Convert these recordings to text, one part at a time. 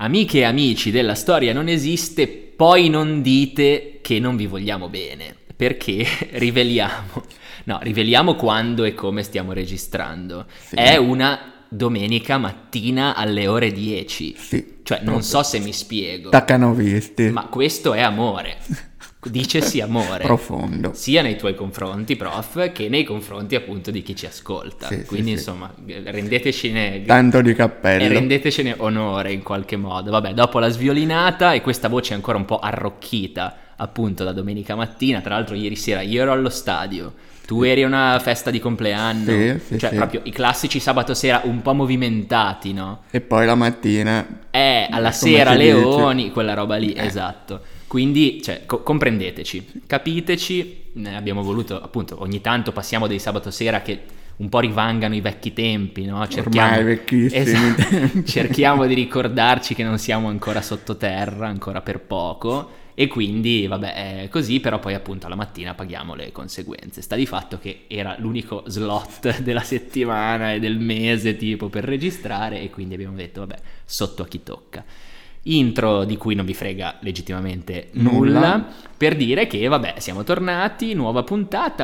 Amiche e amici della storia non esiste, poi non dite che non vi vogliamo bene, perché riveliamo quando e come stiamo registrando. Sì. È una domenica mattina alle ore 10. Sì. Cioè, non so se mi spiego, Stacanovisti. ma questo è amore. Dicesi amore. Profondo. Sia nei tuoi confronti, prof, che nei confronti appunto di chi ci ascolta. Sì, Quindi sì, insomma, rendetecene Tanto di cappello. e rendetecene onore in qualche modo. Vabbè, dopo la sviolinata e questa voce ancora un po' arrocchita appunto da domenica mattina. Tra l'altro ieri sera io ero allo stadio, tu eri a una festa di compleanno, Sì, cioè sì. proprio i classici sabato sera un po' movimentati, no? E poi la mattina. Alla come sera si dice? Leoni, quella roba lì, esatto. Quindi, cioè, comprendeteci, capiteci, abbiamo voluto, appunto, ogni tanto passiamo dei sabato sera che un po' rivangano i vecchi tempi, no? Ormai vecchissimi. Cerchiamo di ricordarci che non siamo ancora sottoterra, ancora per poco, e quindi, vabbè, è così, però poi appunto alla mattina paghiamo le conseguenze. Sta di fatto che era l'unico slot della settimana e del mese, tipo, per registrare, e quindi abbiamo detto, vabbè, sotto a chi tocca. Intro di cui non vi frega legittimamente nulla, per dire che vabbè siamo tornati, nuova puntata,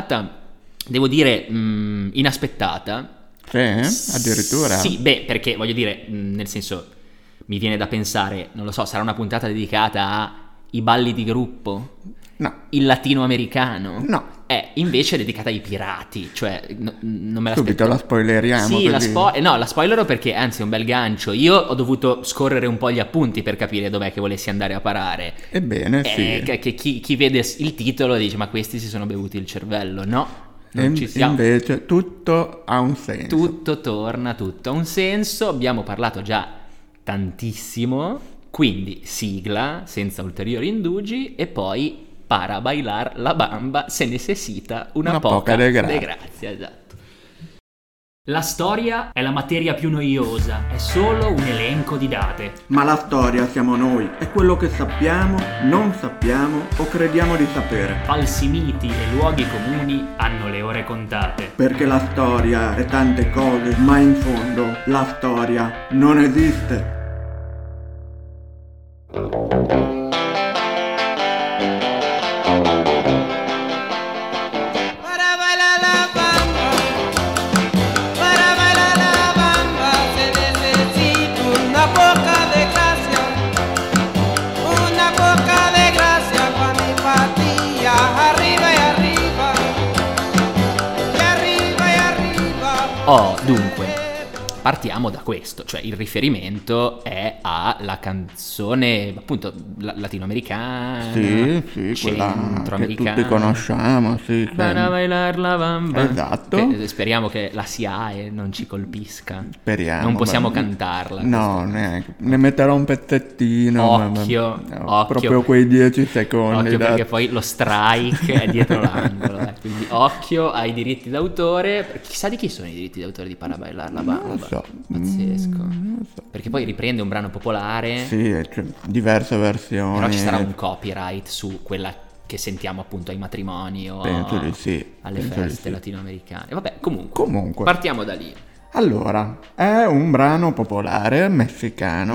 devo dire inaspettata. Sì, addirittura. Sì, beh, perché voglio dire, nel senso, mi viene da pensare, non lo so, sarà una puntata dedicata ai balli di gruppo? No. Il latinoamericano? No. Invece è dedicata ai pirati, cioè non me l'aspetto. Subito la spoileriamo. Sì, così. la spoilerò perché anzi è un bel gancio. Io ho dovuto scorrere un po' gli appunti per capire dov'è che volessi andare a parare. Ebbene, sì. Che chi vede il titolo dice ma questi si sono bevuti il cervello. No, non ci siamo. Invece tutto ha un senso. Tutto torna, tutto ha un senso. Abbiamo parlato già tantissimo, quindi sigla senza ulteriori indugi e poi para bailar la bamba se necessita una poca de grazia, esatto. La storia è la materia più noiosa, è solo un elenco di date. Ma la storia siamo noi, è quello che sappiamo, non sappiamo o crediamo di sapere. Falsi miti e luoghi comuni hanno le ore contate. Perché la storia è tante cose, ma in fondo la storia non esiste. Dunque, partiamo da questo, cioè il riferimento è alla canzone appunto latinoamericana, Sì, quella che centroamericana, tutti conosciamo, sì. Para bailar la bamba. Esatto. Speriamo che la SIAE non ci colpisca. Speriamo. Non possiamo ma... cantarla. No, neanche. Ne metterò un pezzettino. Occhio. Proprio quei 10 secondi. Occhio perché poi lo strike è dietro l'angolo. Quindi occhio ai diritti d'autore. Chissà di chi sono i diritti d'autore di Para bailar la bamba. Non lo so. Pazzesco. Non lo so. Perché poi riprende un brano popolare. Sì, cioè, diverse versioni. Però ci sarà un copyright su quella che sentiamo appunto ai matrimoni o Penso di sì. alle Penso di feste sì. latinoamericane. Vabbè, comunque. Comunque. Partiamo da lì. Allora, è un brano popolare messicano,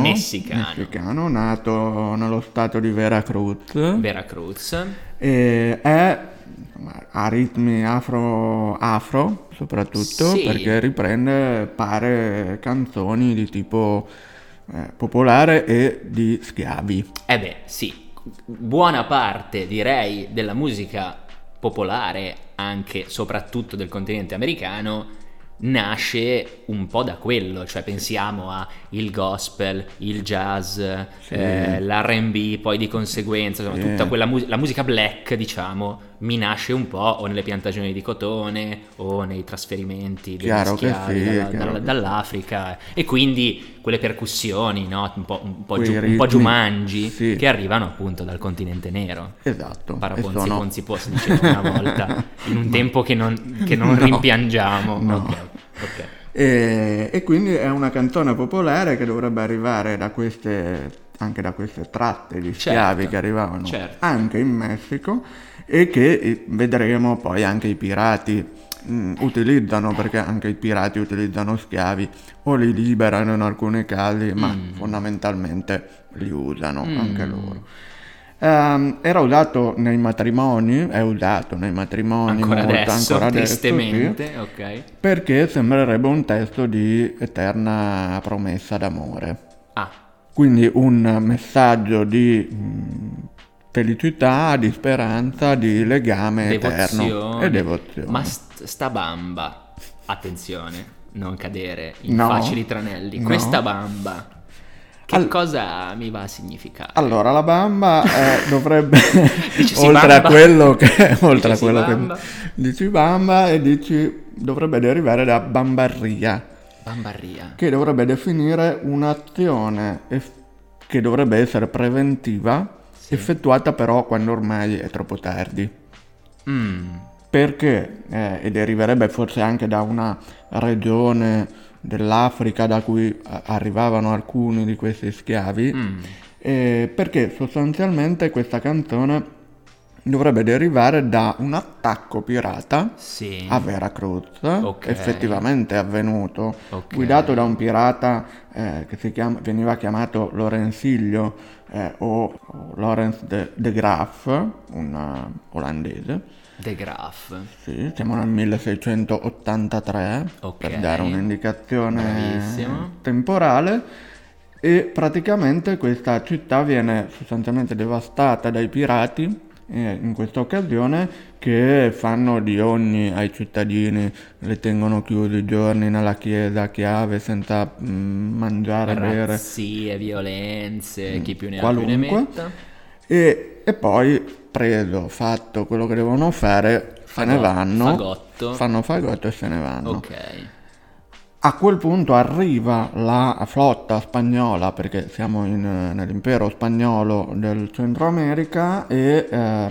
nato nello stato di Veracruz. E è insomma, a ritmi afro soprattutto, Sì. perché riprende pare canzoni di tipo popolare e di schiavi. Sì, buona parte direi della musica popolare, anche soprattutto del continente americano, nasce un po' da quello, cioè pensiamo a il gospel, il jazz, l'R&B, poi di conseguenza insomma, tutta quella la musica black, diciamo, mi nasce un po' o nelle piantagioni di cotone o nei trasferimenti degli schiavi dall'Africa, e quindi quelle percussioni, no? un po' Jumanji, che arrivano appunto dal continente nero. Esatto. Ponzi si diceva una volta, in un tempo che non rimpiangiamo. No. Ok. E quindi è una canzone popolare che dovrebbe arrivare anche da queste tratte di schiavi che arrivavano anche in Messico, e che vedremo poi anche i pirati utilizzano, perché anche i pirati utilizzano schiavi o li liberano in alcuni casi, ma fondamentalmente li usano anche loro. Era usato nei matrimoni, è usato nei matrimoni ancora molto, adesso, ancora adesso, tristemente, sì, ok. perché sembrerebbe un testo di eterna promessa d'amore. Ah, Quindi un messaggio di felicità, di speranza, di legame eterno devozione. e devozione. Ma sta bamba, attenzione, non cadere in No, facili tranelli. no. Questa bamba, che cosa mi va a significare? Allora, la bamba dovrebbe, Dicesi oltre bamba. a quello che, Dicesi bamba. dici bamba e dovrebbe derivare da bambarria, Bambarria. che dovrebbe definire un'azione che dovrebbe essere preventiva, effettuata però quando ormai è troppo tardi. Perché, e deriverebbe forse anche da una regione dell'Africa da cui arrivavano alcuni di questi schiavi, perché sostanzialmente questa canzone dovrebbe derivare da un attacco pirata Sì. a Veracruz, Ok. effettivamente avvenuto, Ok. guidato da un pirata che veniva chiamato Lorenziglio o Laurens de Graaf, un olandese. De Graaf. Sì, siamo nel 1683, Ok. per dare un'indicazione Bravissimo. temporale, e praticamente questa città viene sostanzialmente devastata dai pirati, in questa occasione, che fanno di ogni ai cittadini, li tengono chiusi giorni nella chiesa a chiave senza mangiare, bere, Razzie, violenze, chi più ne ha più ne qualunque. metta. E poi, fatto quello che devono fare, se ne vanno, Fagotto. fanno fagotto e se ne vanno. Ok. A quel punto arriva la flotta spagnola, perché siamo nell'impero spagnolo del Centro America, e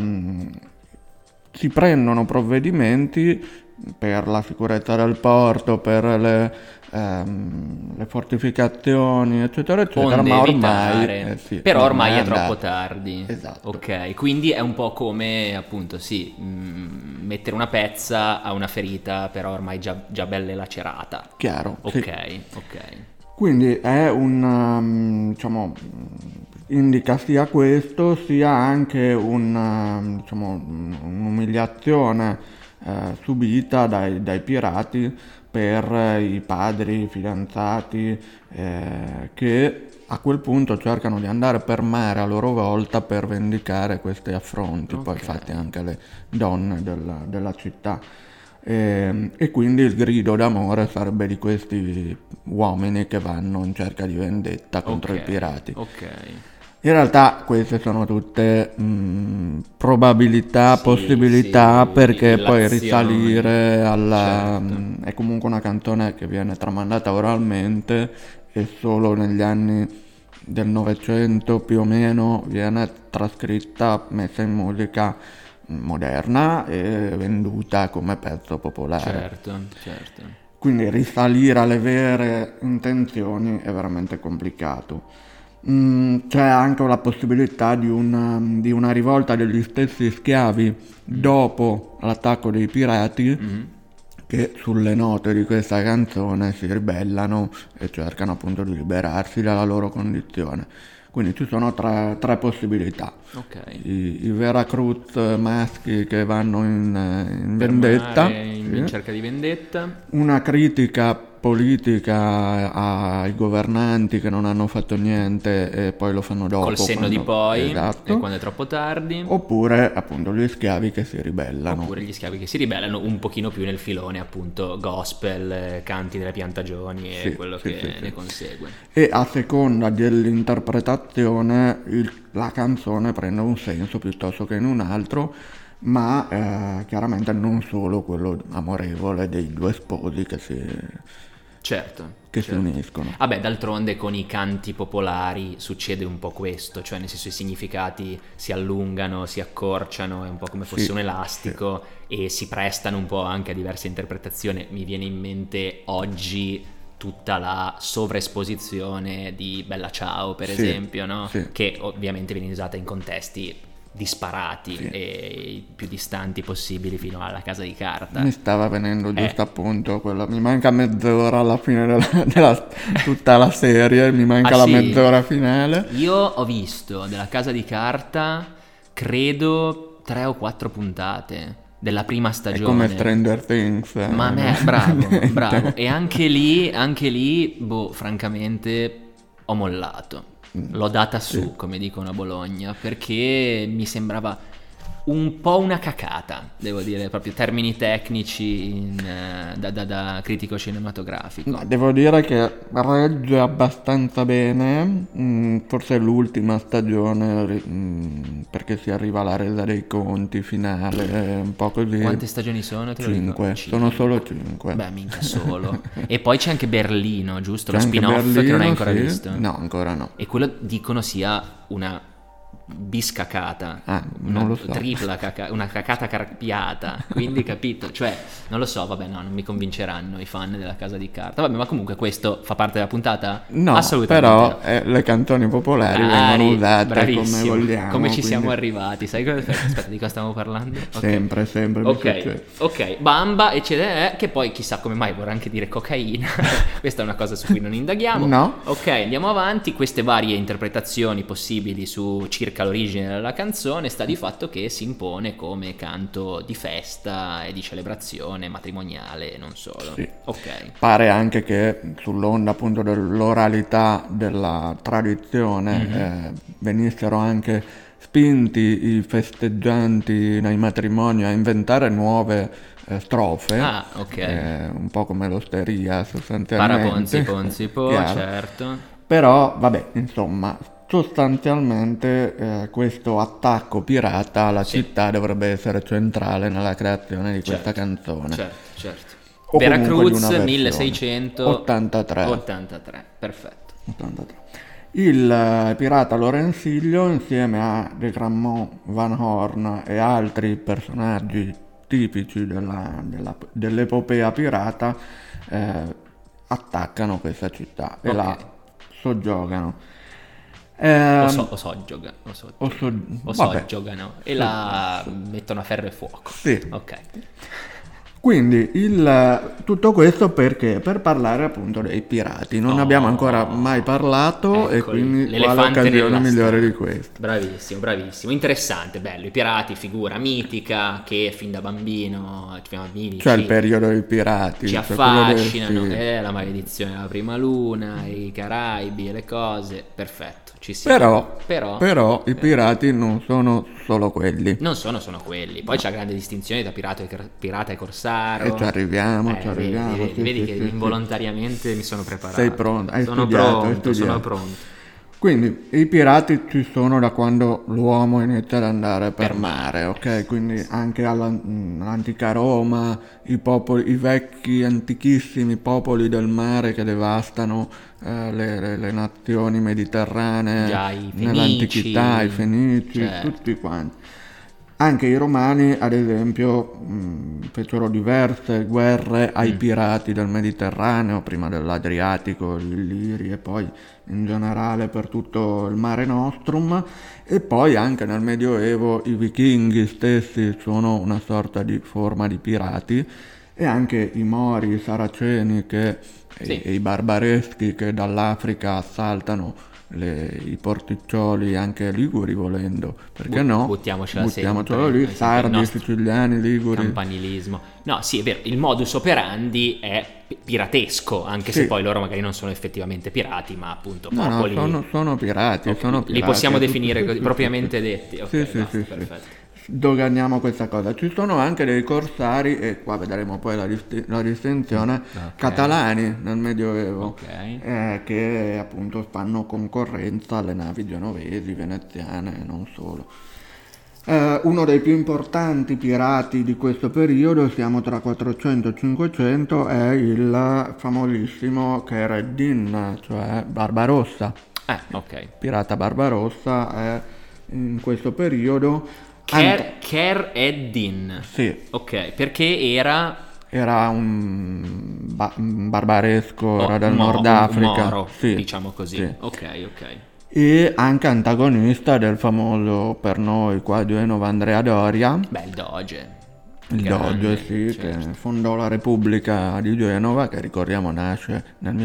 si prendono provvedimenti per la sicurezza del porto, per le fortificazioni, eccetera, eccetera, Onde ma evitare. ormai sì, Però ormai è troppo andato. tardi. Esatto. Ok, quindi è un po' come appunto sì, mettere una pezza a una ferita, però ormai già bella lacerata. Chiaro, Ok, sì. ok. Quindi è indica sia questo, sia anche un'umiliazione subita dai pirati per i padri, i fidanzati, che a quel punto cercano di andare per mare a loro volta per vendicare questi affronti, poi fatti anche alle donne della città. E quindi il grido d'amore sarebbe di questi uomini che vanno in cerca di vendetta contro i pirati. Ok. In realtà queste sono tutte probabilità, Sì, possibilità, sì, perché poi illazioni. risalire alla... Certo. è comunque una canzone che viene tramandata oralmente e solo negli anni del Novecento più o meno viene trascritta, messa in musica moderna e venduta come pezzo popolare. Certo. Quindi risalire alle vere intenzioni è veramente complicato. C'è anche la possibilità di una rivolta degli stessi schiavi dopo l'attacco dei pirati, che sulle note di questa canzone si ribellano e cercano appunto di liberarsi dalla loro condizione. Quindi ci sono tre possibilità. Ok. I Veracruz maschi che vanno in Per vendetta, mare, in sì. cerca di vendetta. Una critica politica ai governanti che non hanno fatto niente e poi lo fanno dopo. Col senno di poi, Esatto. e quando è troppo tardi. Oppure appunto gli schiavi che si ribellano. Oppure gli schiavi che si ribellano un pochino più nel filone appunto gospel, canti delle piantagioni e Sì, quello sì, che sì, ne sì. consegue. E a seconda dell'interpretazione la canzone prende un senso piuttosto che in un altro, ma chiaramente non solo quello amorevole dei due sposi che si Certo. si uniscono. Vabbè, d'altronde con i canti popolari succede un po' questo, cioè nel senso i significati si allungano, si accorciano, è un po' come fosse Sì, un elastico e si prestano un po' anche a diverse interpretazioni. Mi viene in mente oggi tutta la sovraesposizione di Bella Ciao, per Sì, esempio, no? sì. Che ovviamente viene usata in contesti disparati Sì. e i più distanti possibili fino alla Casa di Carta. Mi stava venendo giusto appunto quello. Mi manca mezz'ora alla fine della tutta la serie, mi manca Ah, la sì? mezz'ora finale. Io ho visto della Casa di Carta, credo 3 o 4 puntate della prima È stagione. come Stranger Things. Ma a me, bravo, bravo. E anche lì, boh, francamente ho mollato. L'ho data su, come dicono a Bologna, perché mi sembrava un po' una cacata, devo dire, proprio termini tecnici da critico cinematografico. Ma devo dire che regge abbastanza bene, forse è l'ultima stagione, perché si arriva alla resa dei conti finale, un po' così. Quante stagioni sono? Te lo Cinque, ricordi? sono solo 5. Beh, minchia solo. E poi c'è anche Berlino, giusto? C'è Lo anche spin-off che non hai Berlino, ancora sì. visto. No, ancora no. E quello dicono sia una biscacata, una non lo so. tripla una cacata carpiata, quindi capito? Cioè, non lo so, vabbè, no, non mi convinceranno i fan della Casa di Carta. Vabbè, ma comunque questo fa parte della puntata? No, Assolutamente però no. le canzoni popolari vengono usate bravissimo. come vogliamo. Come ci siamo quindi arrivati? Sai cosa? Aspetta, di cosa stiamo parlando? Ok. Sempre mi succede. Ok, Bamba eccetera, che poi chissà come mai vorrà anche dire cocaina. Questa è una cosa su cui non indaghiamo. No. Ok, andiamo avanti. Queste varie interpretazioni possibili su circa l'origine della canzone, sta di fatto che si impone come canto di festa e di celebrazione matrimoniale e non solo. Sì. Ok. Pare anche che sull'onda appunto dell'oralità della tradizione venissero anche spinti i festeggianti nei matrimoni a inventare nuove strofe. Ah, ok. Un po' come l'osteria sostanzialmente. Ponzi, po', Chiaro. certo. Però vabbè, insomma, sostanzialmente questo attacco pirata alla città dovrebbe essere centrale nella creazione di questa canzone. Certo. O comunque di Veracruz una versione. 1683. 83. Perfetto. 83. Il pirata Lorenziglio, insieme a De Gramont, Van Horn e altri personaggi tipici dell'epopea pirata, attaccano questa città e la soggiogano. O soggiogano e Sì. la mettono a ferro e fuoco. Sì. Ok. Quindi tutto questo perché? Per parlare appunto dei pirati. Non abbiamo ancora mai parlato e Eccoli, quindi quale l'elefante occasione nella migliore stanza. di questo. Bravissimo, interessante, bello. I pirati, figura mitica che fin da bambino, bambini, Cioè il periodo dei pirati. ci cioè quello affascinano, sì. la maledizione della prima luna, i Caraibi e le cose, perfetto, ci siamo. Però i pirati non sono solo quelli. Non sono quelli, poi c'è la grande distinzione da pirata e corsaro. E ci arriviamo. Vedi che sì. involontariamente mi sono preparato. Sei pronto? Hai Sono studiato. pronto. Quindi i pirati ci sono da quando l'uomo inizia ad andare per mare, ok? Quindi anche all'antica Roma, i vecchi, antichissimi popoli del mare che devastano le nazioni mediterranee, Già, i Fenici, nell'antichità, i Fenici, certo. tutti quanti. Anche i romani, ad esempio, fecero diverse guerre ai pirati del Mediterraneo, prima dell'Adriatico, gli Illiri e poi in generale per tutto il Mare Nostrum, e poi anche nel Medioevo i vichinghi stessi sono una sorta di forma di pirati, e anche i mori, i saraceni e i barbareschi che dall'Africa assaltano i porticcioli anche liguri volendo, perché no? Buttiamocelo lì, sardi, siciliani, liguri. Campanilismo. No, sì, è vero, il modus operandi è piratesco, anche se poi loro magari non sono effettivamente pirati, ma appunto popoli... No, sono pirati, li possiamo definire così, sì, propriamente detti. Ok, sì, perfetto. Doganiamo questa cosa. Ci sono anche dei corsari, e qua vedremo poi la distinzione, catalani nel Medioevo, che appunto fanno concorrenza alle navi genovesi, veneziane e non solo. Uno dei più importanti pirati di questo periodo, siamo tra 400 e 500, è il famosissimo Kheireddin, cioè Barbarossa. Pirata Barbarossa è in questo periodo. Kheireddin. Sì. Ok, perché era un barbaresco, era del Nord Africa. un moro, sì, diciamo così. sì. Ok. e anche antagonista del famoso per noi qua a Genova Andrea Doria. Beh, il Doge. Il Doge, sì, certo. che fondò la Repubblica di Genova, che ricordiamo nasce nel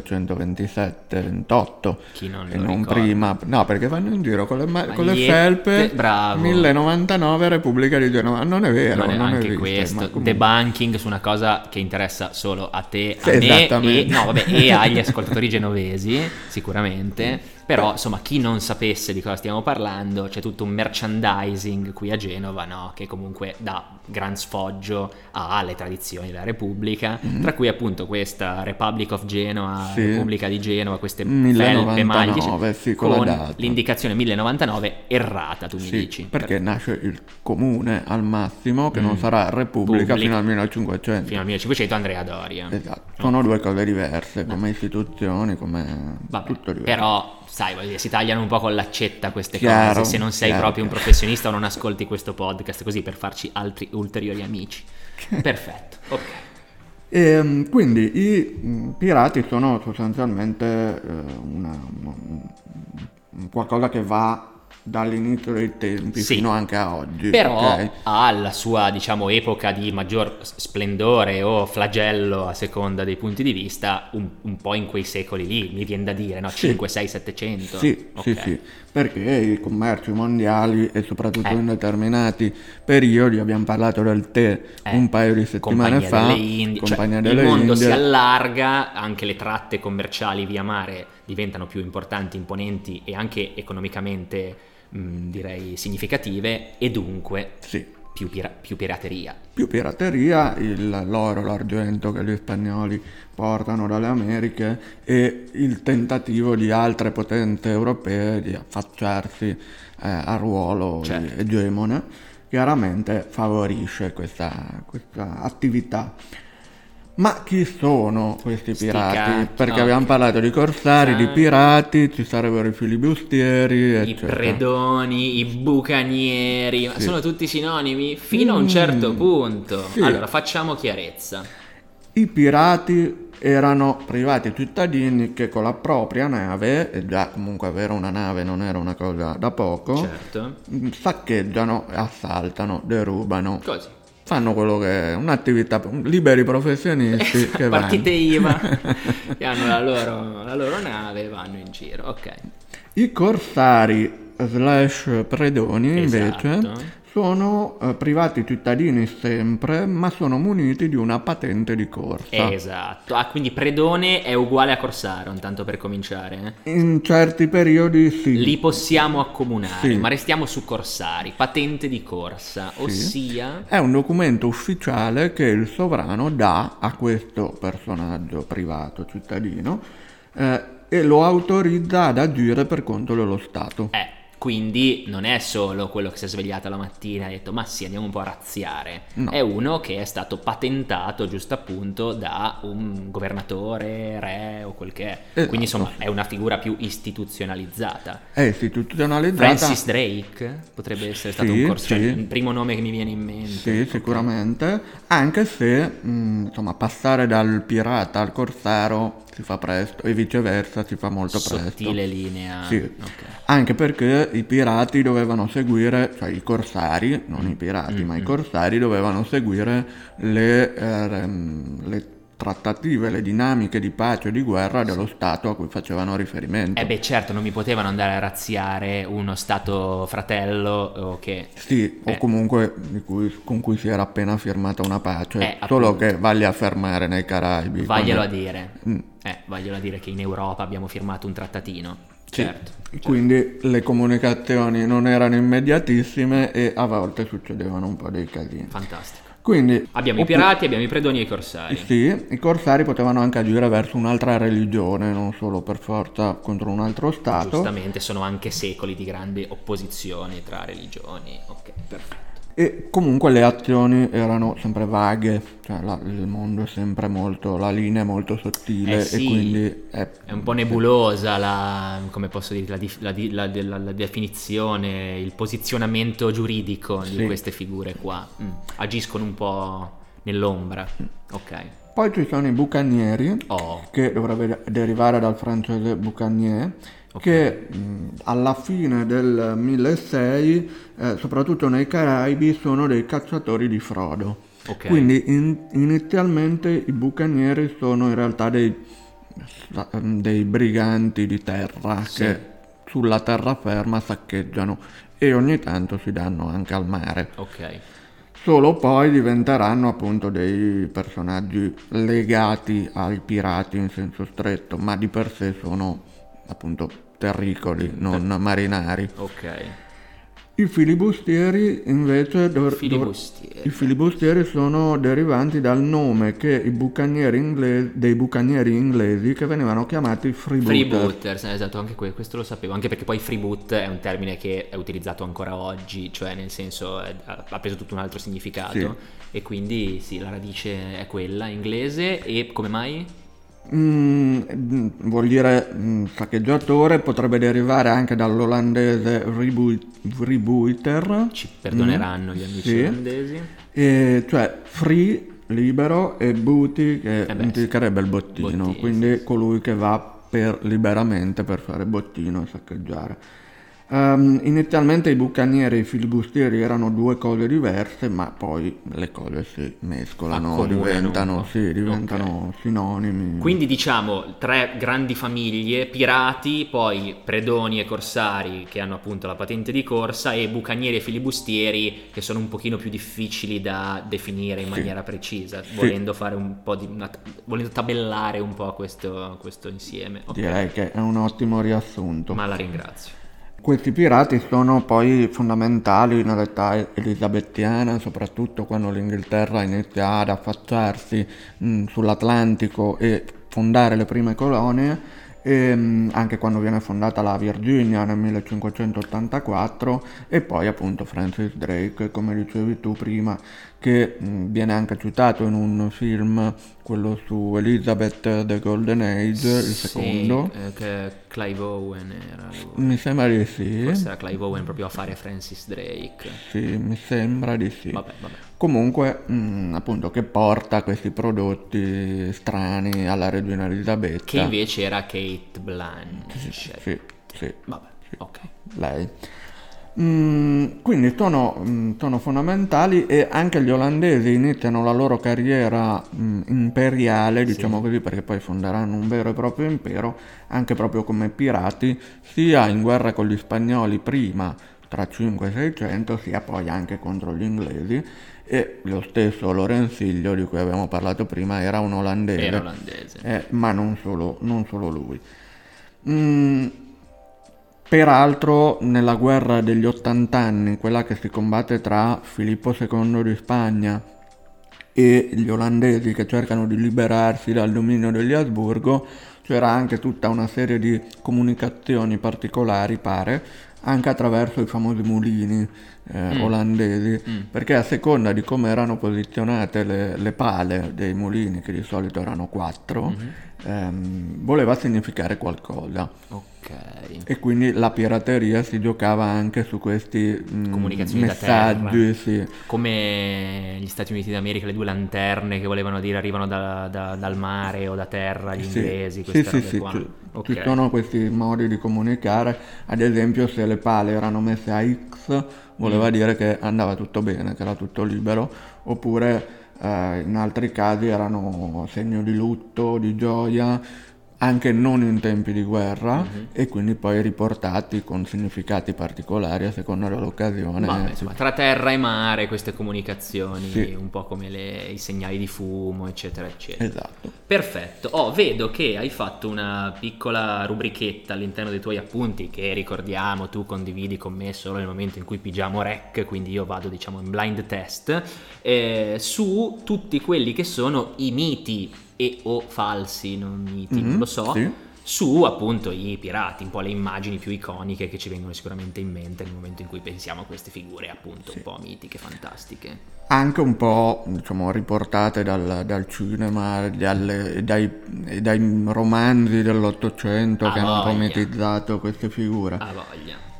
1527-28 Chi non e lo non ricorda? prima. No, perché vanno in giro con le Magliette, felpe. bravo. 1099 Repubblica di Genova. Non è vero, Non è non anche esiste, questo, ma comunque- debunking su una cosa che interessa solo a te, a Sì, me e, esattamente. no, vabbè, e agli ascoltatori genovesi, sicuramente. Però, insomma, chi non sapesse di cosa stiamo parlando, c'è tutto un merchandising qui a Genova, no? Che comunque dà gran sfoggio alle tradizioni della Repubblica, tra cui appunto questa Republic of Genoa, Sì. Repubblica di Genova, queste felpe, 1099, maglie, sì, con la con data. l'indicazione 1099 errata, tu mi Sì, dici. perché nasce il comune al massimo, che non sarà Repubblica fino al 1500. Fino al 1500 Andrea Doria. Esatto, sono due cose diverse, come istituzioni, come Vabbè, tutto diverso. però, sai, voglio dire, si tagliano un po' con l'accetta queste Chiaro, cose. Se non sei chiaro, proprio un chiaro. professionista o non ascolti questo podcast così per farci altri ulteriori amici. Perfetto, ok. E, quindi i pirati sono sostanzialmente qualcosa che va dall'inizio dei tempi Sì. fino anche a oggi. Però ok? ha la sua, diciamo, epoca di maggior splendore o flagello a seconda dei punti di vista, un po' in quei secoli lì, mi viene da dire, no? Sì. 5, 6, 700. Sì, Ok. sì, sì, perché i commerci mondiali e soprattutto Eh. in determinati periodi, abbiamo parlato del tè un paio di settimane Compagnia fa, delle Indie, cioè, Compagnia il delle mondo Indie. si allarga, anche le tratte commerciali via mare diventano più importanti, imponenti e anche economicamente direi significative, e dunque Sì, più pirateria. più pirateria, l'oro, l'argento che gli spagnoli portano dalle Americhe e il tentativo di altre potenze europee di affacciarsi al ruolo Certo. egemone, chiaramente favorisce questa attività. Ma chi sono questi Sti pirati? cacchi, Perché no. abbiamo parlato di corsari, di Sai. pirati, ci sarebbero i filibustieri, I eccetera. predoni, i bucanieri, ma Sì. sono tutti sinonimi fino a un certo punto. sì. Allora, facciamo chiarezza. I pirati erano privati cittadini che con la propria nave, e già comunque avere una nave non era una cosa da poco, Certo. saccheggiano, assaltano, derubano. Così. Fanno quello che è un'attività, liberi professionisti che vanno. Partite IVA che hanno la loro nave e vanno in giro. Ok. I corsari / predoni invece Esatto. sono privati cittadini sempre, ma sono muniti di una patente di corsa. Esatto. Ah, quindi predone è uguale a corsaro, intanto per cominciare. In certi periodi sì. Li possiamo accomunare, Sì. ma restiamo su corsari, patente di corsa, ossia È un documento ufficiale che il sovrano dà a questo personaggio privato cittadino e lo autorizza ad agire per conto dello Stato. quindi non è solo quello che si è svegliato la mattina e ha detto ma sì, andiamo un po' a razziare. No. È uno che è stato patentato giusto appunto da un governatore, re o quel che è. Esatto, Quindi insomma sì. è una figura più istituzionalizzata. È istituzionalizzata. Francis Drake potrebbe essere stato Sì, un corsaro, sì. il primo nome che mi viene in mente. Sì, sicuramente, anche se insomma passare dal pirata al corsaro si fa presto e viceversa si fa molto presto. Sottile linea. Sì. Ok. Anche perché i pirati dovevano seguire, cioè i corsari, non i pirati, ma i corsari dovevano seguire le trattative, le dinamiche di pace e di guerra dello Stato a cui facevano riferimento. Beh certo, non mi potevano andare a razziare uno stato fratello o che... Sì, o comunque con cui si era appena firmata una pace, solo appunto. che vagli a fermare nei Caraibi. Vaglielo a quando- dire. Vaglielo a dire che in Europa abbiamo firmato un trattatino. Sì, Certo. quindi le comunicazioni non erano immediatissime e a volte succedevano un po' dei casini. Fantastico. Quindi Abbiamo i pirati, abbiamo i predoni e i corsari. Sì, i corsari potevano anche agire verso un'altra religione, non solo per forza contro un altro stato. Giustamente sono anche secoli di grande opposizione tra religioni. Ok, perfetto. E comunque le azioni erano sempre vaghe, cioè il mondo è sempre molto, la linea è molto sottile Sì, e quindi è un po' nebulosa come posso dire, la definizione, il posizionamento giuridico di Sì. queste figure qua. Agiscono un po' nell'ombra. Ok. Poi ci sono i bucanieri, Oh, che dovrebbe derivare dal francese boucanier, Ok. che alla fine del 1600, soprattutto nei Caraibi, sono dei cacciatori di frodo. Ok. Quindi inizialmente i bucanieri sono in realtà dei briganti di terra Sì. che sulla terraferma saccheggiano e ogni tanto si danno anche al mare. Ok. Solo poi diventeranno appunto dei personaggi legati ai pirati in senso stretto, ma di per sé sono appunto terricoli, non marinari. Ok. I filibustieri invece Filibustieri. i filibustieri sono derivanti dal nome che dei bucanieri inglesi che venivano chiamati freebooters. Freebooters, esatto, anche questo lo sapevo, anche perché poi freeboot è un termine che è utilizzato ancora oggi, cioè nel senso ha preso tutto un altro significato, Sì. e quindi sì, la radice è quella inglese. E come mai? Vuol dire saccheggiatore, potrebbe derivare anche dall'olandese freebooter. Ci perdoneranno gli amici Sì. olandesi. Cioè free, libero, e booty che beh, implicherebbe il bottino, bottino, quindi colui che va liberamente per fare bottino e saccheggiare. Inizialmente i bucanieri e i filibustieri erano due cose diverse, ma poi le cose si mescolano, Accomunano un po'. diventano sinonimi. Quindi diciamo 3 grandi famiglie: pirati, poi predoni e corsari che hanno appunto la patente di corsa, e bucanieri e filibustieri che sono un pochino più difficili da definire in maniera precisa, volendo fare un po' volendo tabellare un po' questo insieme. Ok. Direi che è un ottimo riassunto. Ma la ringrazio. Questi pirati sono poi fondamentali nell'età elisabettiana, soprattutto quando l'Inghilterra inizia ad affacciarsi sull'Atlantico e fondare le prime colonie, e anche quando viene fondata la Virginia nel 1584, e poi appunto Francis Drake, come dicevi tu prima, che viene anche citato in un film, quello su Elizabeth the Golden Age, il secondo. Che Clive Owen era lui. Mi sembra di sì. Forse era Clive Owen proprio a fare Francis Drake. Sì, mi sembra di sì. Vabbè. Comunque, appunto, che porta questi prodotti strani alla regina Elisabetta. Che invece era Kate Blanchett. Sì, Vabbè, ok. lei. Quindi sono fondamentali, e anche gli olandesi iniziano la loro carriera imperiale, diciamo così, perché poi fonderanno un vero e proprio impero, anche proprio come pirati, sia in guerra con gli spagnoli prima, tra 5 e 600, sia poi anche contro gli inglesi. E lo stesso Lorenziglio, di cui abbiamo parlato prima, era un olandese. Era olandese. Ma non solo lui. Peraltro nella guerra degli 80 anni, quella che si combatte tra Filippo II di Spagna e gli olandesi che cercano di liberarsi dal dominio degli Asburgo, c'era anche tutta una serie di comunicazioni particolari, pare, anche attraverso i famosi mulini olandesi, perché a seconda di come erano posizionate le pale dei mulini, che di solito erano 4, voleva significare qualcosa. Ok. E quindi la pirateria si giocava anche su questi Comunicazioni messaggi, da terra. sì. Come gli Stati Uniti d'America, le 2 lanterne che volevano dire arrivano dal mare o da terra, gli inglesi, queste robe qua. Ci sono questi modi di comunicare. Ad esempio, se le pale erano messe a X, voleva dire che andava tutto bene, che era tutto libero, oppure in altri casi erano segno di lutto, di gioia, anche non in tempi di guerra, e quindi poi riportati con significati particolari a seconda dell'occasione. Vabbè, insomma, tra terra e mare queste comunicazioni, Sì. un po' come i segnali di fumo, eccetera, eccetera. Esatto. Perfetto. Vedo che hai fatto una piccola rubrichetta all'interno dei tuoi appunti, che ricordiamo tu condividi con me solo nel momento in cui pigiamo rec, quindi io vado diciamo in blind test, su tutti quelli che sono i miti e o falsi, non miti, non lo so, sì. su appunto i pirati, un po' le immagini più iconiche che ci vengono sicuramente in mente nel momento in cui pensiamo a queste figure appunto un po' mitiche, fantastiche. Anche un po', diciamo, riportate dal cinema e dai romanzi dell'Ottocento, che hanno un po' voglia. mitizzato queste figure. Ha voglia.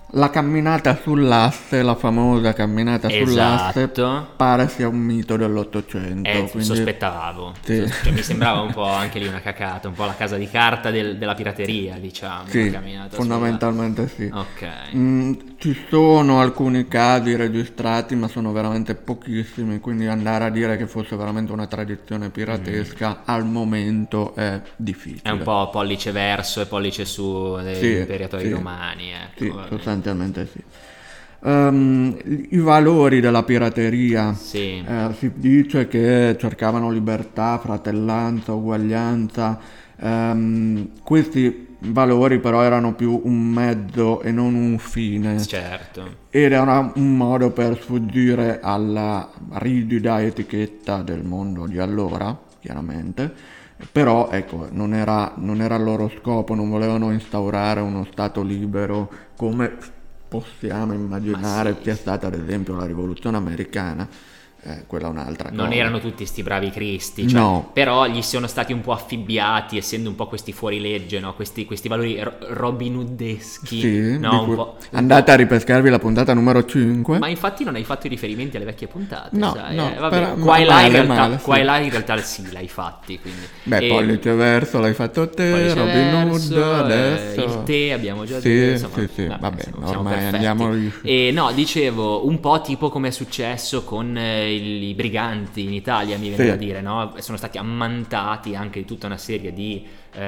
La camminata sull'asse, la famosa camminata sull'asse, Esatto. pare sia un mito dell'Ottocento. Quindi Sospettavo. sì. Cioè, mi sembrava un po' anche lì una cacata, un po' la casa di carta della pirateria, diciamo. Sì, la camminata fondamentalmente sì. Ok. Ci sono alcuni casi registrati, ma sono veramente pochissimi, quindi andare a dire che fosse veramente una tradizione piratesca al momento è difficile. È un po' pollice verso e pollice su degli Sì, imperatori sì. romani, ecco. Sì, sostanzialmente sì. I valori della pirateria, Sì. si dice che cercavano libertà, fratellanza, uguaglianza. Questi valori però erano più un mezzo e non un fine, Certo. ed era un modo per sfuggire alla rigida etichetta del mondo di allora, chiaramente. Però ecco, non era il loro scopo, non volevano instaurare uno stato libero come possiamo immaginare sia stata ad esempio la rivoluzione americana. Quella è un'altra cosa. Non erano tutti sti bravi cristi, cioè, No. però gli sono stati un po' affibbiati, essendo un po' questi fuorilegge, no? Questi valori Robin Hoodeschi, Sì, no? di Un cui po'. andate a ripescarvi la puntata numero 5. Ma infatti non hai fatto i riferimenti alle vecchie puntate, No, sai? no, Vabbè, però- qua e là male, in realtà, male, qua sì. e là in realtà sì, l'hai fatti, quindi. Beh, pollice verso l'hai fatto te, Pollice Robin Hood, verso, adesso il tè abbiamo già sì, detto, insomma, sì, vabbè, siamo ormai perfetti. andiamo lì. E no, dicevo, un po' tipo come è successo con i briganti in Italia, mi viene Sì. da dire, no? Sono stati ammantati anche di tutta una serie di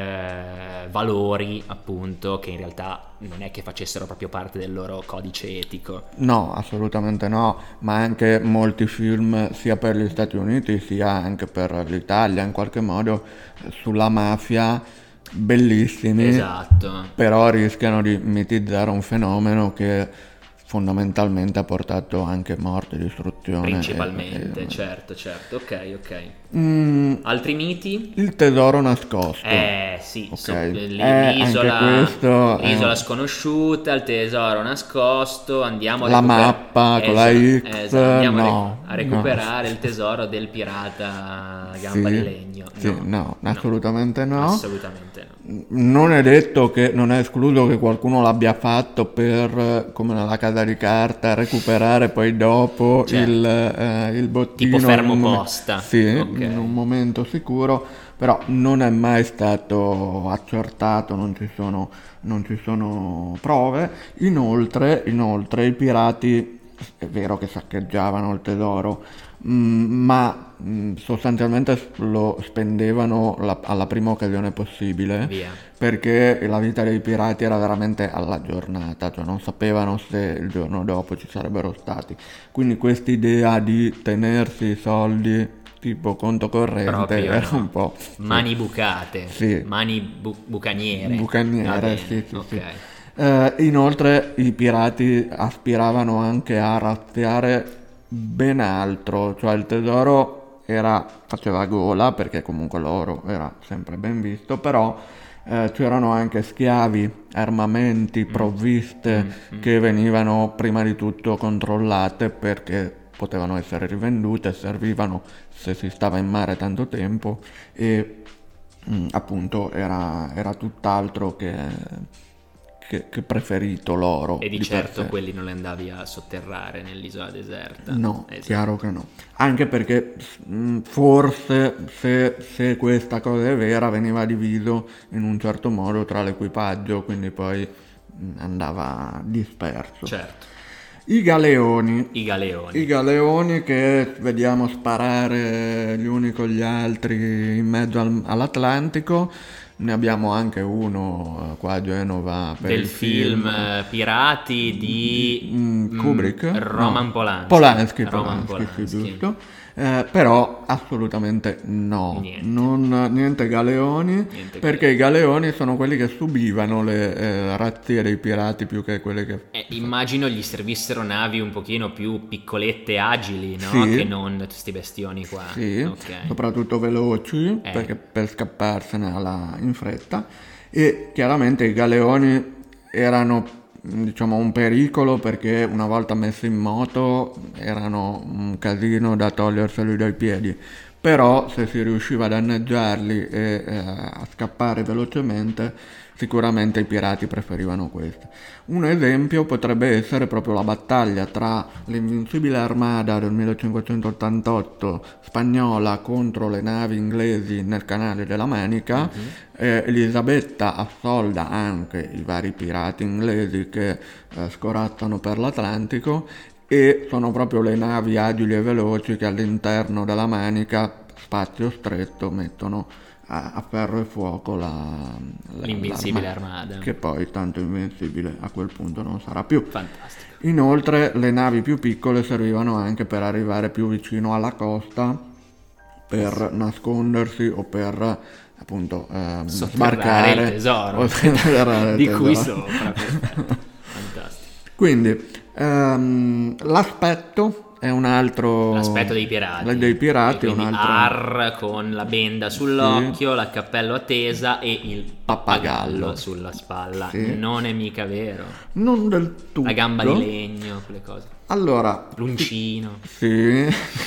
valori, appunto, che in realtà non è che facessero proprio parte del loro codice etico. No, assolutamente no, ma anche molti film sia per gli Stati Uniti sia anche per l'Italia in qualche modo sulla mafia, bellissimi, Esatto. però rischiano di mitizzare un fenomeno che fondamentalmente ha portato anche morte, distruzione. Principalmente, certo, ok. Mm, Altri miti? il tesoro nascosto. Sì, Ok. l'isola, Anche questo è l'isola sconosciuta, il tesoro nascosto, andiamo a la recuperare mappa con la X, andiamo no, a recuperare il tesoro del pirata gamba Sì, di legno. sì, no, assolutamente no. Assolutamente no. Non è detto che, non è escluso che qualcuno l'abbia fatto per, come nella casa di carta, recuperare poi dopo Certo. il bottino. Tipo fermo in un posta. Sì, Ok. in un momento sicuro, però non è mai stato accertato, non ci sono prove. Inoltre i pirati è vero che saccheggiavano il tesoro, ma sostanzialmente lo spendevano alla prima occasione possibile, Via. perché la vita dei pirati era veramente alla giornata, cioè non sapevano se il giorno dopo ci sarebbero stati. Quindi quest'idea di tenersi i soldi tipo conto corrente Proprio era no. un po' Mani bucate, Sì. mani bucaniere. Va bucaniere, bene, sì, sì, ok. sì. Inoltre i pirati aspiravano anche a razziare ben altro, cioè il tesoro faceva gola perché comunque l'oro era sempre ben visto, però c'erano anche schiavi, armamenti, provviste che venivano prima di tutto controllate perché potevano essere rivendute, servivano se si stava in mare tanto tempo e appunto era tutt'altro che preferito l'oro. E di per certo sé. quelli non li andavi a sotterrare nell'isola deserta. No, Esatto. chiaro che no. Anche perché forse se questa cosa è vera veniva diviso in un certo modo tra l'equipaggio, quindi poi andava disperso. Certo, I galeoni. i galeoni. I galeoni che vediamo sparare gli uni con gli altri in mezzo all'Atlantico. Ne abbiamo anche uno qua a Genova per Del il film Pirati di Kubrick? Roman No. Polanski. Polanski, sì, giusto. Però assolutamente no, Niente. niente galeoni, Niente perché i galeoni sono quelli che subivano le razzie dei pirati più che quelle che... Immagino gli servissero navi un pochino più piccolette e agili, no? Sì. Che non questi bestioni qua. Sì, Ok. soprattutto veloci, perché per scapparsene in fretta, e chiaramente i galeoni erano, diciamo, un pericolo perché una volta messi in moto erano un casino da toglierseli dai piedi, però se si riusciva a danneggiarli e a scappare velocemente, sicuramente i pirati preferivano questo. Un esempio potrebbe essere proprio la battaglia tra l'Invincibile Armada del 1588 spagnola contro le navi inglesi nel Canale della Manica. Elisabetta assolda anche i vari pirati inglesi che scorazzano per l'Atlantico, e sono proprio le navi agili e veloci che all'interno della Manica, spazio stretto, mettono a ferro e fuoco l'Invincibile Armada, che poi tanto invincibile a quel punto non sarà più. fantastico. Inoltre le navi più piccole servivano anche per arrivare più vicino alla costa, per nascondersi o per appunto sbarcare il tesoro di cui sopra. Perfetto. Fantastico. Quindi l'aspetto è un altro. L'aspetto dei pirati. Dei pirati è un quindi altro. Ar con la benda sull'occhio, la cappello a tesa e il pappagallo sulla spalla. Sì. Non è mica vero. Non del tutto. La gamba di legno, quelle cose. Allora. L'uncino. Sì.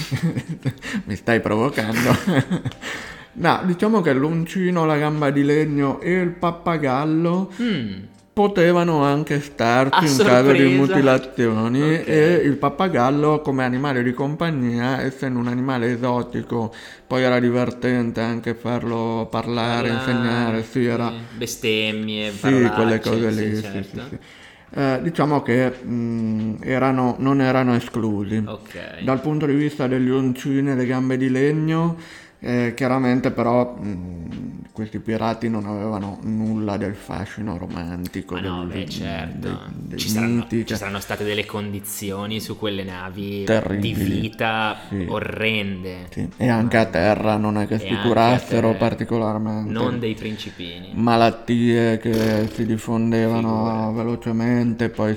Mi stai provocando. No, diciamo che l'uncino, la gamba di legno e il pappagallo potevano anche starci in caso di mutilazioni. Okay. E il pappagallo come animale di compagnia, essendo un animale esotico, poi era divertente anche farlo parlare, insegnare, sì, era bestemmie, sì, quelle cose sì, lì, certo. sì. Diciamo che non erano esclusi. Okay. Dal punto di vista degli uncini e le gambe di legno, chiaramente però questi pirati non avevano nulla del fascino romantico. Ma no, certo. dei Ci saranno state delle condizioni su quelle navi terribili, di vita sì, orrende. sì. E anche a terra non è che si curassero particolarmente. Non dei principini. Malattie che si diffondevano velocemente, poi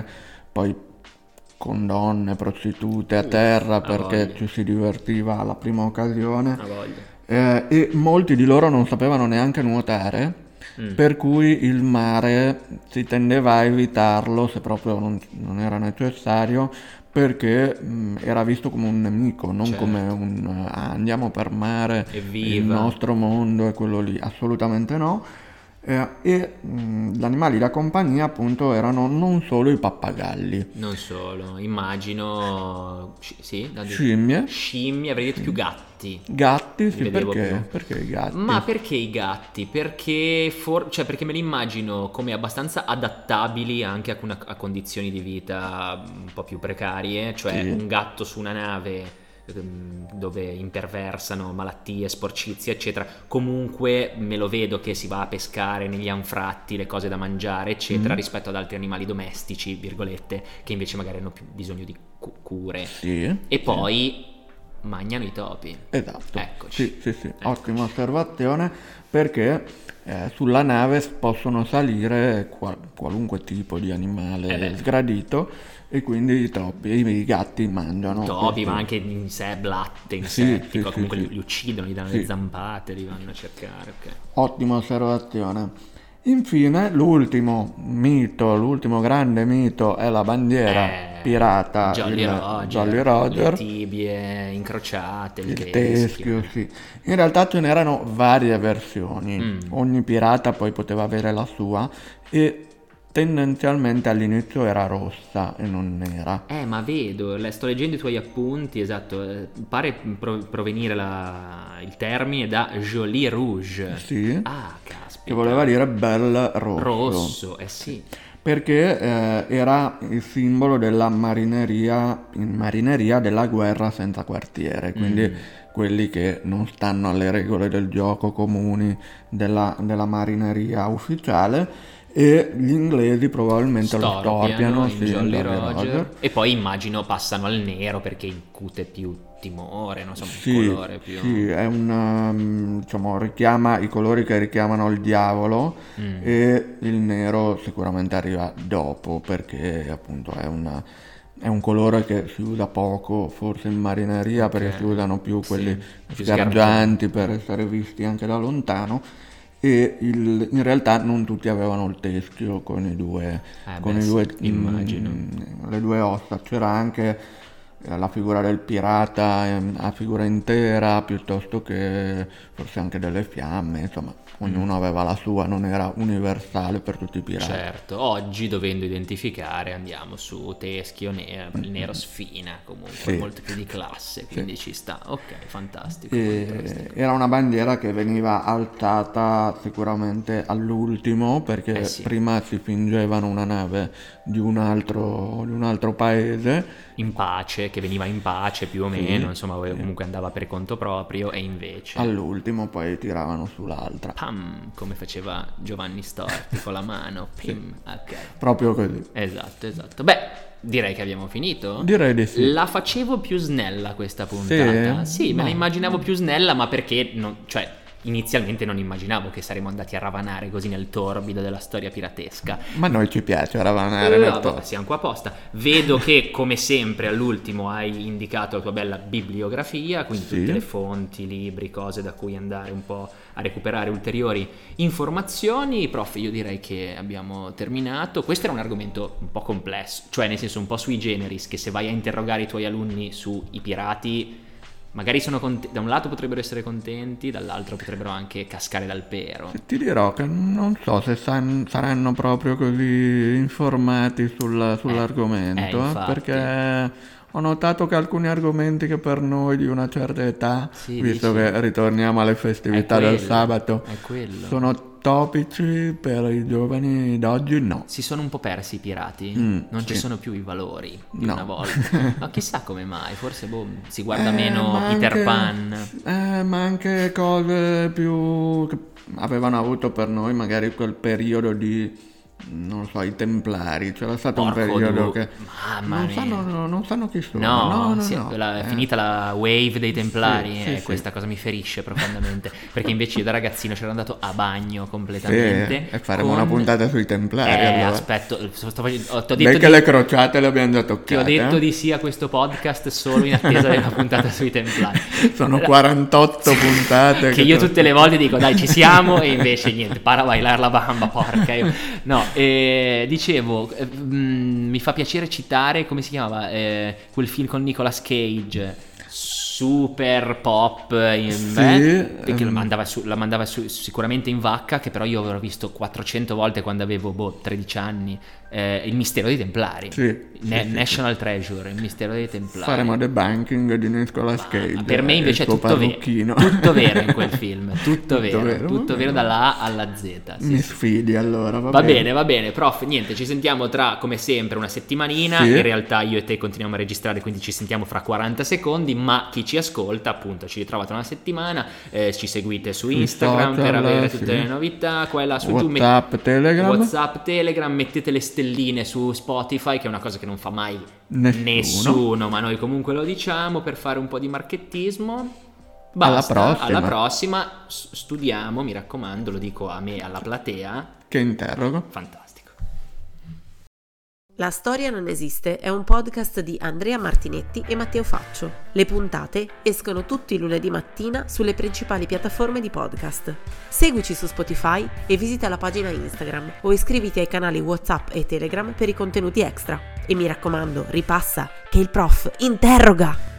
con donne, prostitute a terra, perché ci si divertiva alla prima occasione. E molti di loro non sapevano neanche nuotare, per cui il mare si tendeva a evitarlo se proprio non era necessario, perché era visto come un nemico, non come andiamo per mare, Evviva. il nostro mondo è quello lì, assolutamente no. Gli animali da compagnia appunto erano non solo i pappagalli. Non solo, immagino Scimmie, avrei detto più gatti. Gatti, sì, perché i gatti? Ma perché i gatti? Perché perché me li immagino come abbastanza adattabili anche a condizioni di vita un po' più precarie, cioè un gatto su una nave dove imperversano malattie, sporcizie, eccetera. Comunque me lo vedo che si va a pescare negli anfratti le cose da mangiare, eccetera, rispetto ad altri animali domestici, virgolette, che invece magari hanno più bisogno di cure. Sì, e poi mangiano i topi. Esatto. Eccoci. Sì. Ottima osservazione, perché sulla nave possono salire qualunque tipo di animale sgradito, e quindi i gatti mangiano topi, ma anche blatte, insetti, comunque li uccidono, gli danno le zampate, li vanno a cercare. Ottima osservazione. Infine, l'ultimo grande mito è la bandiera pirata, Jolly Roger, le tibie incrociate, il teschio, sì. In realtà ce n'erano varie versioni, ogni pirata poi poteva avere la sua, e tendenzialmente all'inizio era rossa e non nera. Ma vedo, sto leggendo i tuoi appunti, esatto, pare provenire il termine da Jolly Rouge. Sì. Ah, caspita. Che voleva dire bel rosso. Rosso, sì. Perché era il simbolo della marineria della guerra senza quartiere, quindi quelli che non stanno alle regole del gioco comuni della marineria ufficiale. E gli inglesi probabilmente lo storpiano in Jolly Roger. E poi immagino passano al nero perché incute più timore, non so, un colore più. Sì, è richiama i colori che richiamano il diavolo, e il nero sicuramente arriva dopo, perché appunto è un colore che si usa poco, forse in marineria, perché si usano più quelli sgargianti per essere visti anche da lontano. E in realtà non tutti avevano il teschio con i due, immagino, le due ossa. C'era anche la figura del pirata a figura intera, piuttosto che forse anche delle fiamme, insomma, ognuno aveva la sua, non era universale per tutti i pirati. Certo, oggi dovendo identificare andiamo su teschio nero, il nero sfina comunque, Sì. molto più di classe, quindi ci sta, ok, fantastico. Era una bandiera che veniva alzata sicuramente all'ultimo, perché Sì. prima si fingevano una nave di un altro paese. In pace, che veniva in pace più o meno, insomma comunque andava per conto proprio, e invece All'ultimo poi tiravano sull'altra. pam, come faceva Giovanni Storti con la mano, pim, ok. Proprio così. Esatto. Beh, direi che abbiamo finito. Direi di sì. La facevo più snella questa puntata. Sì, me la Ma- immaginavo più snella, ma perché cioè inizialmente non immaginavo che saremmo andati a ravanare così nel torbido della storia piratesca. Ma a noi ci piace ravanare nel Vabbè, torto. siamo qua apposta. Vedo che come sempre all'ultimo hai indicato la tua bella bibliografia, quindi Sì. tutte le fonti, libri, cose da cui andare un po' a recuperare ulteriori informazioni. Prof, io direi che abbiamo terminato. Questo era un argomento un po' complesso, cioè nel senso un po' sui generis, che se vai a interrogare i tuoi alunni sui pirati magari sono da un lato potrebbero essere contenti, dall'altro potrebbero anche cascare dal pero. Ti dirò che non so se saranno proprio così informati sull'argomento, infatti. perché ho notato che alcuni argomenti che per noi di una certa età, Sì, visto dici? che ritorniamo alle festività del quello, sabato, è quello. sono topici, per i giovani d'oggi no. Si sono un po' persi i pirati, non ci sì. sono più i valori di No. una volta. Ma chissà come mai, forse si guarda Ma meno Peter anche- Pan. ma anche cose più che avevano avuto per noi magari quel periodo di, non so, i Templari. C'era stato un Porco periodo due. che Mamma non mia. non sanno chi sono. No, No, sì, no. è finita la wave dei Templari, Sì, e sì, questa cosa mi ferisce profondamente, perché invece io da ragazzino c'ero andato a bagno Sì, completamente. e faremo con- una puntata sui Templari. allora. Aspetto, t'ho Dai detto che le crociate le abbiamo già ti ho toccate. detto di sì a questo podcast solo in attesa della puntata sui Templari. Sono 48 puntate. Che io tutte le volte dico dai ci siamo, e invece niente, para a bailar la bamba, porca. No, dicevo, mi fa piacere citare, come si chiamava, quel film con Nicolas Cage, super pop, che la mandava sicuramente in vacca, che però io avrò visto 400 volte quando avevo 13 anni, Il mistero dei Templari. Sì, National Treasure, Il mistero dei Templari. Faremo debunking di Nicolas Cage. Per me invece è il suo tutto vero, parrucchino. tutto vero in quel film, tutto vero, vero, tutto va vero bene. dalla A alla Z. Sì, Mi sì. sfidi allora, Va bene, prof, niente, ci sentiamo tra, come sempre, una settimanina. Sì. In realtà io e te continuiamo a registrare, quindi ci sentiamo fra 40 secondi, ma chi ci ascolta, appunto, ci ritrovate una settimana, ci seguite su Instagram per social, avere sì. tutte le novità, qua e là, su WhatsApp, Telegram. WhatsApp, Telegram, mettete le stelline su Spotify, che è una cosa che non fa mai Nessuno. ma noi comunque lo diciamo per fare un po' di marchettismo. Alla Basta, prossima. alla prossima. Studiamo, mi raccomando, lo dico a me, alla platea. Che interrogo. Fantastico. La storia non esiste è un podcast di Andrea Martinetti e Matteo Faccio. Le puntate escono tutti i lunedì mattina sulle principali piattaforme di podcast. Seguici su Spotify e visita la pagina Instagram o iscriviti ai canali WhatsApp e Telegram per i contenuti extra. E mi raccomando, ripassa che il prof interroga!